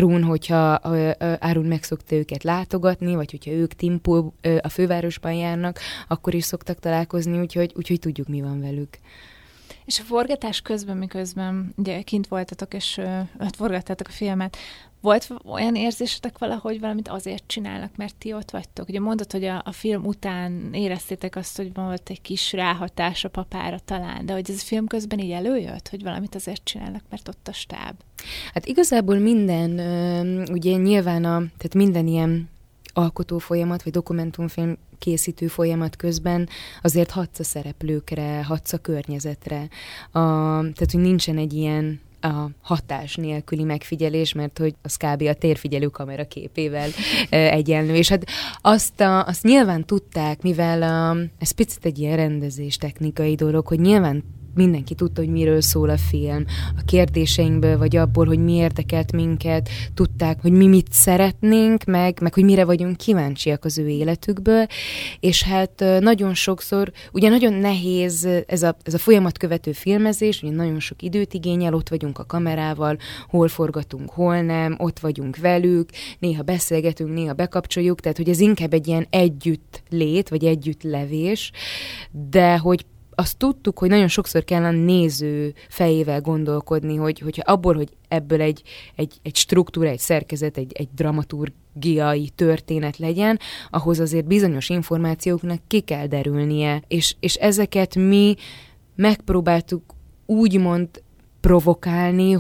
Árun meg szokta őket látogatni, vagy hogyha ők Thimphu a fővárosban járnak, akkor is szoktak találkozni, úgyhogy tudjuk, mi van velük. És a forgatás közben, miközben ugye kint voltatok, és forgattátok a filmet, volt olyan érzésetek valahogy valamit azért csinálnak, mert ti ott vagytok? Ugye mondod, hogy a film után éreztétek azt, hogy volt egy kis ráhatás a papára talán, de hogy ez a film közben így előjött, hogy valamit azért csinálnak, mert ott a stáb? Hát igazából minden, ugye nyilván tehát minden ilyen alkotó folyamat, vagy dokumentumfilm készítő folyamat közben azért hatsz a szereplőkre, hatsz a környezetre. Tehát, hogy nincsen egy ilyen a hatás nélküli megfigyelés, mert hogy az kb. A térfigyelő kamera képével egyenlő. És hát azt nyilván tudták, mivel ez picit egy ilyen rendezés technikai dolog, hogy nyilván mindenki tudta, hogy miről szól a film. A kérdéseinkből, vagy abból, hogy mi érdekelt minket, tudták, hogy mi mit szeretnénk, meg hogy mire vagyunk kíváncsiak az ő életükből, és hát nagyon sokszor, ugye nagyon nehéz ez a folyamatkövető filmezés, ugye nagyon sok időt igényel, ott vagyunk a kamerával, hol forgatunk, hol nem, ott vagyunk velük, néha beszélgetünk, néha bekapcsoljuk, tehát hogy ez inkább egy ilyen együttlét, vagy együttlevés, de hogy azt tudtuk, hogy nagyon sokszor kell a néző fejével gondolkodni, hogyha abból, hogy ebből egy struktúra, egy szerkezet, egy dramaturgiai történet legyen, ahhoz azért bizonyos információknak ki kell derülnie. És ezeket mi megpróbáltuk úgymond provokálni,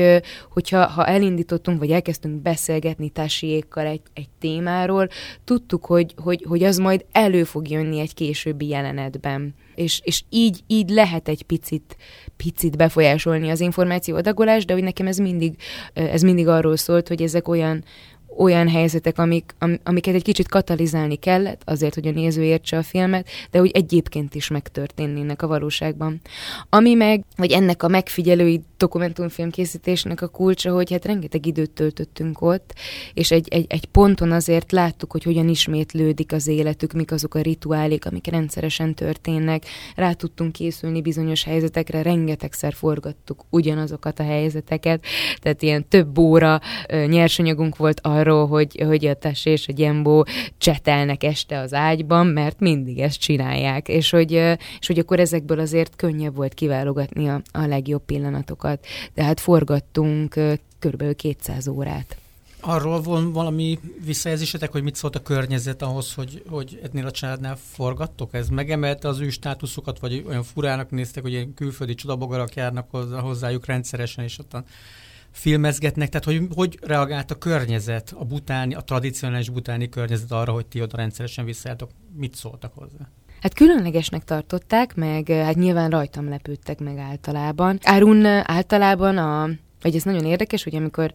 hogyha elindítottunk, vagy elkezdtünk beszélgetni Tashiékkal egy témáról, tudtuk, hogy az majd elő fog jönni egy későbbi jelenetben. És így lehet egy picit befolyásolni az információ adagolást, de hogy nekem ez mindig arról szólt, hogy ezek olyan helyzetek, amiket egy kicsit katalizálni kellett, azért, hogy a néző értse a filmet, de hogy egyébként is megtörténnének a valóságban. Vagy ennek a megfigyelői dokumentumfilm készítésnek a kulcsa, hogy hát rengeteg időt töltöttünk ott, és egy ponton azért láttuk, hogy hogyan ismétlődik az életük, mik azok a rituálék, amik rendszeresen történnek. Rá tudtunk készülni bizonyos helyzetekre, rengetegszer forgattuk ugyanazokat a helyzeteket, tehát ilyen több óra nyersanyagunk volt arról, hogy a Tashi és a Gyambo csetelnek este az ágyban, mert mindig ezt csinálják, és hogy akkor ezekből azért könnyebb volt kiválogatni a legjobb pillanatokat. De hát forgattunk kb. 200 órát. Arról van valami visszajelzésetek, hogy mit szólt a környezet ahhoz, hogy ennél a családnál forgattok? Ez megemelte az ő státuszokat, vagy olyan furának néztek, hogy ilyen külföldi csodabogarak járnak hozzájuk rendszeresen, és ott filmezgetnek, tehát hogy reagált a környezet, a tradicionális bhutáni környezet arra, hogy ti oda rendszeresen visszajátok? Mit szóltak hozzá? Hát különlegesnek tartották, meg hát nyilván rajtam lepődtek meg általában. Árun általában vagy ez nagyon érdekes, hogy amikor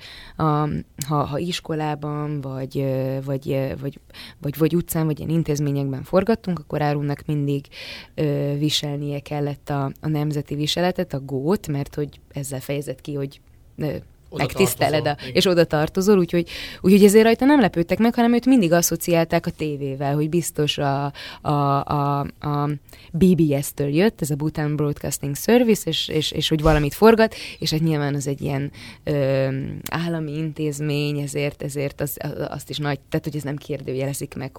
ha iskolában, vagy utcán, vagy ilyen intézményekben forgattunk, akkor Árunnak mindig viselnie kellett a nemzeti viseletet, a gót, mert hogy ezzel fejezett ki, hogy megtiszteled, és oda tartozol, úgyhogy ezért rajta nem lepődtek meg, hanem őt mindig asszociálták a tévével, hogy biztos a BBS-től jött, ez a Bhutan Broadcasting Service, és hogy valamit forgat, és hát nyilván az egy ilyen állami intézmény, ezért azt is nagy, tehát hogy ez nem kérdőjelezik meg,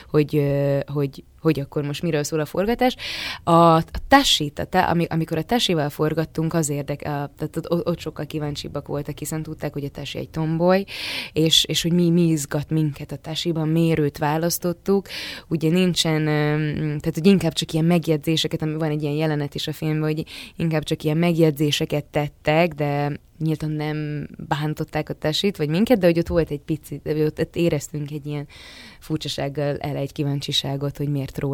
hogy akkor most miről szól a forgatás. A Tashi-t, amikor a Tashival forgattunk, tehát ott sokkal kíváncsibbak voltak, hiszen tudták, hogy a Tashi egy tomboy, és hogy mi izgat minket a Tashiban, miért őt választottuk. Ugye nincsen, tehát hogy inkább csak ilyen megjegyzéseket, ami van egy ilyen jelenet is a filmben, hogy inkább csak ilyen megjegyzéseket tettek, de nyíltan nem bántották a Tashit, vagy minket, de hogy ott volt egy picit, ott éreztünk egy ilyen furcsasággal egy kíváncsiságot, hogy miért róla.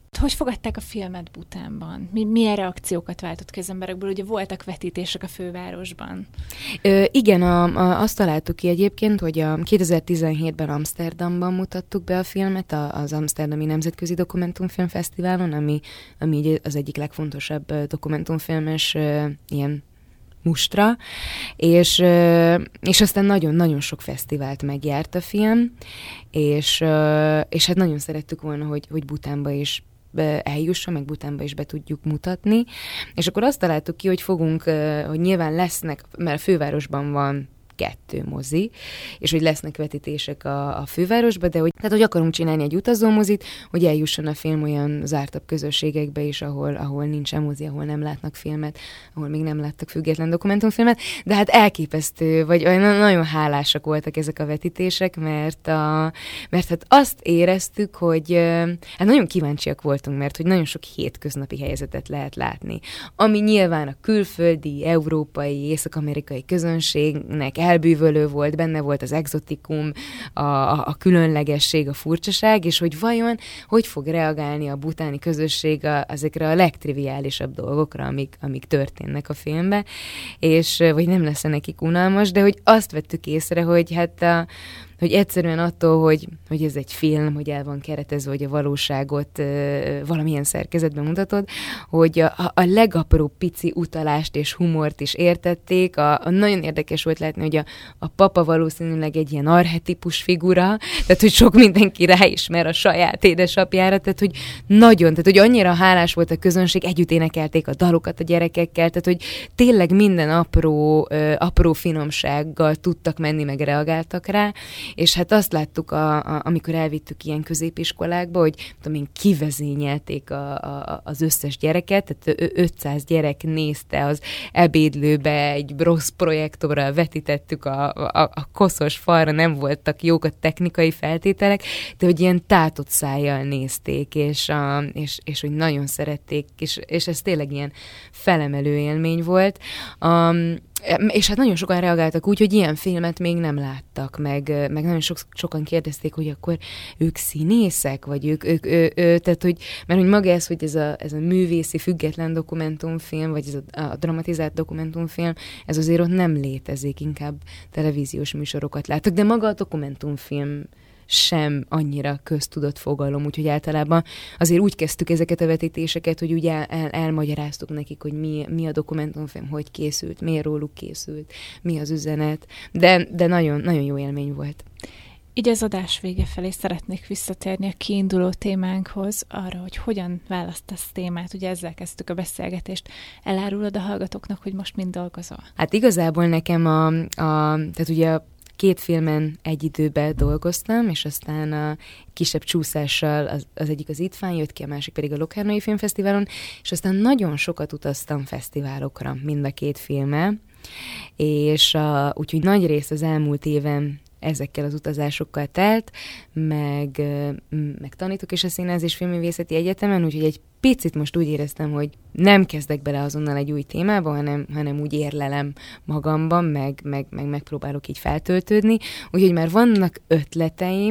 Hogy fogadták a filmet Bhutánban? Milyen reakciókat váltott ki az emberekből? Ugye voltak vetítések a fővárosban. Igen, azt találtuk ki egyébként, hogy a 2017-ben Amsterdamban mutattuk be a filmet, az Amsterdami Nemzetközi Dokumentumfilmfesztiválon, ami az egyik legfontosabb dokumentumfilmes ilyen mustra, és aztán nagyon-nagyon sok fesztivált megjárt a film, és hát nagyon szerettük volna, hogy Bhutánba is eljusson, meg Bhutánba is be tudjuk mutatni, és akkor azt találtuk ki, hogy hogy nyilván lesznek, mert a fővárosban van 2 mozi, és hogy lesznek vetítések a fővárosba, de hogy akarunk csinálni egy utazómozit, hogy eljusson a film olyan zártabb közösségekbe is, ahol nincsen mozi, ahol nem látnak filmet, ahol még nem láttak független dokumentumfilmet, de hát elképesztő, vagy nagyon hálásak voltak ezek a vetítések, mert hát azt éreztük, hogy hát nagyon kíváncsiak voltunk, mert hogy nagyon sok hétköznapi helyzetet lehet látni, ami nyilván a külföldi, európai, észak-amerikai közönségnek elbűvölő volt, benne volt az exotikum, a különlegesség, a furcsaság, és hogy vajon hogy fog reagálni a bhutáni közösség ezekre a legtriviálisabb dolgokra, amik történnek a filmben, és vagy nem lesz nekik unalmas, de hogy azt vettük észre, hogy hát hogy egyszerűen attól, hogy ez egy film, hogy el van keretezve, hogy a valóságot valamilyen szerkezetben mutatod, hogy a legapróbb pici utalást és humort is értették. Nagyon érdekes volt látni, hogy a papa valószínűleg egy ilyen archetipus figura, tehát hogy sok mindenki ráismer a saját édesapjára, tehát hogy annyira hálás volt a közönség, együtt énekelték a dalokat a gyerekekkel, tehát hogy tényleg minden apró finomsággal tudtak menni, meg reagáltak rá, és hát azt láttuk, amikor elvittük ilyen középiskolákba, hogy kivezényelték az összes gyereket, tehát 500 gyerek nézte az ebédlőbe, egy rossz projektorral vetítettük a koszos falra, nem voltak jók a technikai feltételek, de hogy ilyen tátott szájjal nézték, és hogy nagyon szerették, és ez tényleg ilyen felemelő élmény volt. És hát nagyon sokan reagáltak úgy, hogy ilyen filmet még nem láttak, meg nagyon sokan kérdezték, hogy akkor ők színészek, vagy tehát hogy, mert hogy maga ez, hogy ez a művészi független dokumentumfilm, vagy ez a dramatizált dokumentumfilm, ez azért ott nem létezik, inkább televíziós műsorokat láttak, de maga a dokumentumfilm sem annyira köztudott fogalom, úgyhogy általában azért úgy kezdtük ezeket a vetítéseket, hogy ugye elmagyaráztuk nekik, hogy mi a dokumentumfilm, hogy készült, miért róluk készült, mi az üzenet, de nagyon, nagyon jó élmény volt. Így az adás vége felé szeretnék visszatérni a kiinduló témánkhoz, arra, hogy hogyan választasz témát. Ugye ezzel kezdtük a beszélgetést. Elárulod a hallgatóknak, hogy most mind dolgozol? Hát igazából nekem tehát ugye 2 filmen egy időben dolgoztam, és aztán a kisebb csúszással az egyik az ITFÁN jött ki, a másik pedig a Locarnói Filmfesztiválon, és aztán nagyon sokat utaztam fesztiválokra mind a 2 filmmel, és úgyhogy nagy részt az elmúlt éven ezekkel az utazásokkal telt, meg tanítok is a Színház és Filmművészeti Egyetemen, úgyhogy egy picit most úgy éreztem, hogy nem kezdek bele azonnal egy új témába, hanem úgy érlelem magamban, meg megpróbálok így feltöltődni. Úgyhogy már vannak ötleteim,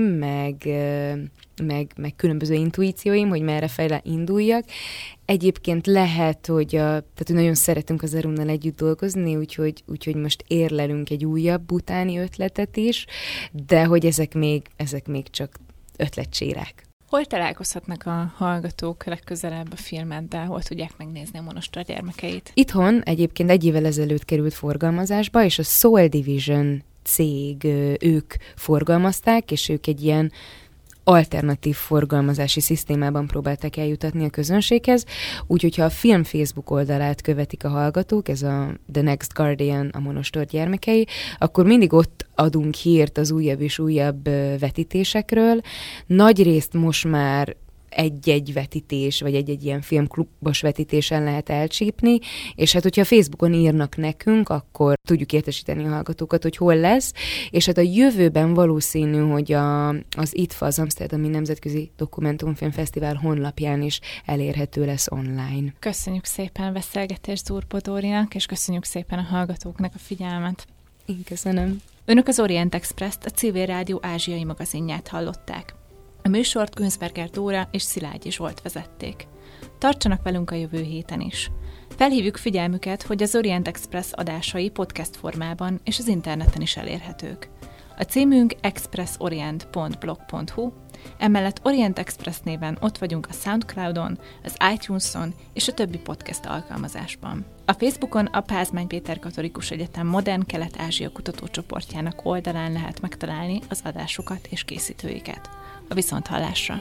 meg különböző intuícióim, hogy merre fejle induljak. Egyébként lehet, hogy nagyon szeretünk az Arunnal együtt dolgozni, úgyhogy most érlelünk egy újabb bhutáni ötletet is, de hogy ezek még csak ötletcsírák. Hol találkozhatnak a hallgatók legközelebb a filmeddel? Hol tudják megnézni a Monostor gyermekeit? Itthon egyébként 1 évvel ezelőtt került forgalmazásba, és a Soul Division cég ők forgalmazták, és ők egy ilyen alternatív forgalmazási szisztémában próbálták eljutatni a közönséghez, úgyhogy ha a film Facebook oldalát követik a hallgatók, ez a The Next Guardian, a Monostor gyermekei, akkor mindig ott adunk hírt az újabb és újabb vetítésekről. Nagyrészt most már egy-egy vetítés, vagy egy-egy ilyen filmklubos vetítésen lehet elcsípni, és hát hogyha a Facebookon írnak nekünk, akkor tudjuk értesíteni a hallgatókat, hogy hol lesz, és hát a jövőben valószínű, hogy az ITFA, az Amsterdami Nemzetközi Dokumentumfilmfesztivál honlapján is elérhető lesz online. Köszönjük szépen a beszélgetést Zurbo Dórinak, és köszönjük szépen a hallgatóknak a figyelmet. Én köszönöm. Önök az Orient Express-t, a Civil Rádió ázsiai magazinját hallották. A műsort Günzberger Dóra és Szilágyi Zsolt vezették. Tartsanak velünk a jövő héten is. Felhívjuk figyelmüket, hogy az Orient Express adásai podcast formában és az interneten is elérhetők. A címünk expressorient.blog.hu, emellett Orient Express néven ott vagyunk a Soundcloudon, az iTunes-on és a többi podcast alkalmazásban. A Facebookon a Pázmány Péter Katolikus Egyetem Modern Kelet-Ázsia kutatócsoportjának oldalán lehet megtalálni az adásokat és készítőiket. A viszonthallásra!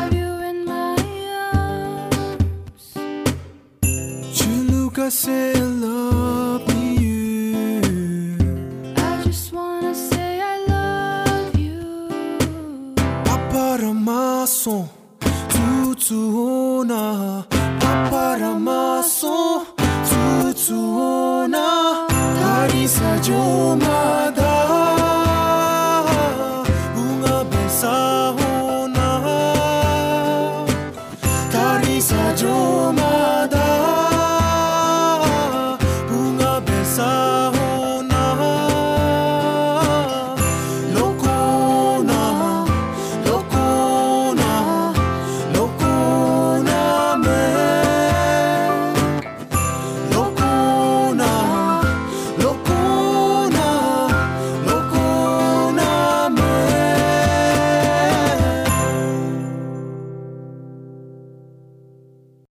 Sail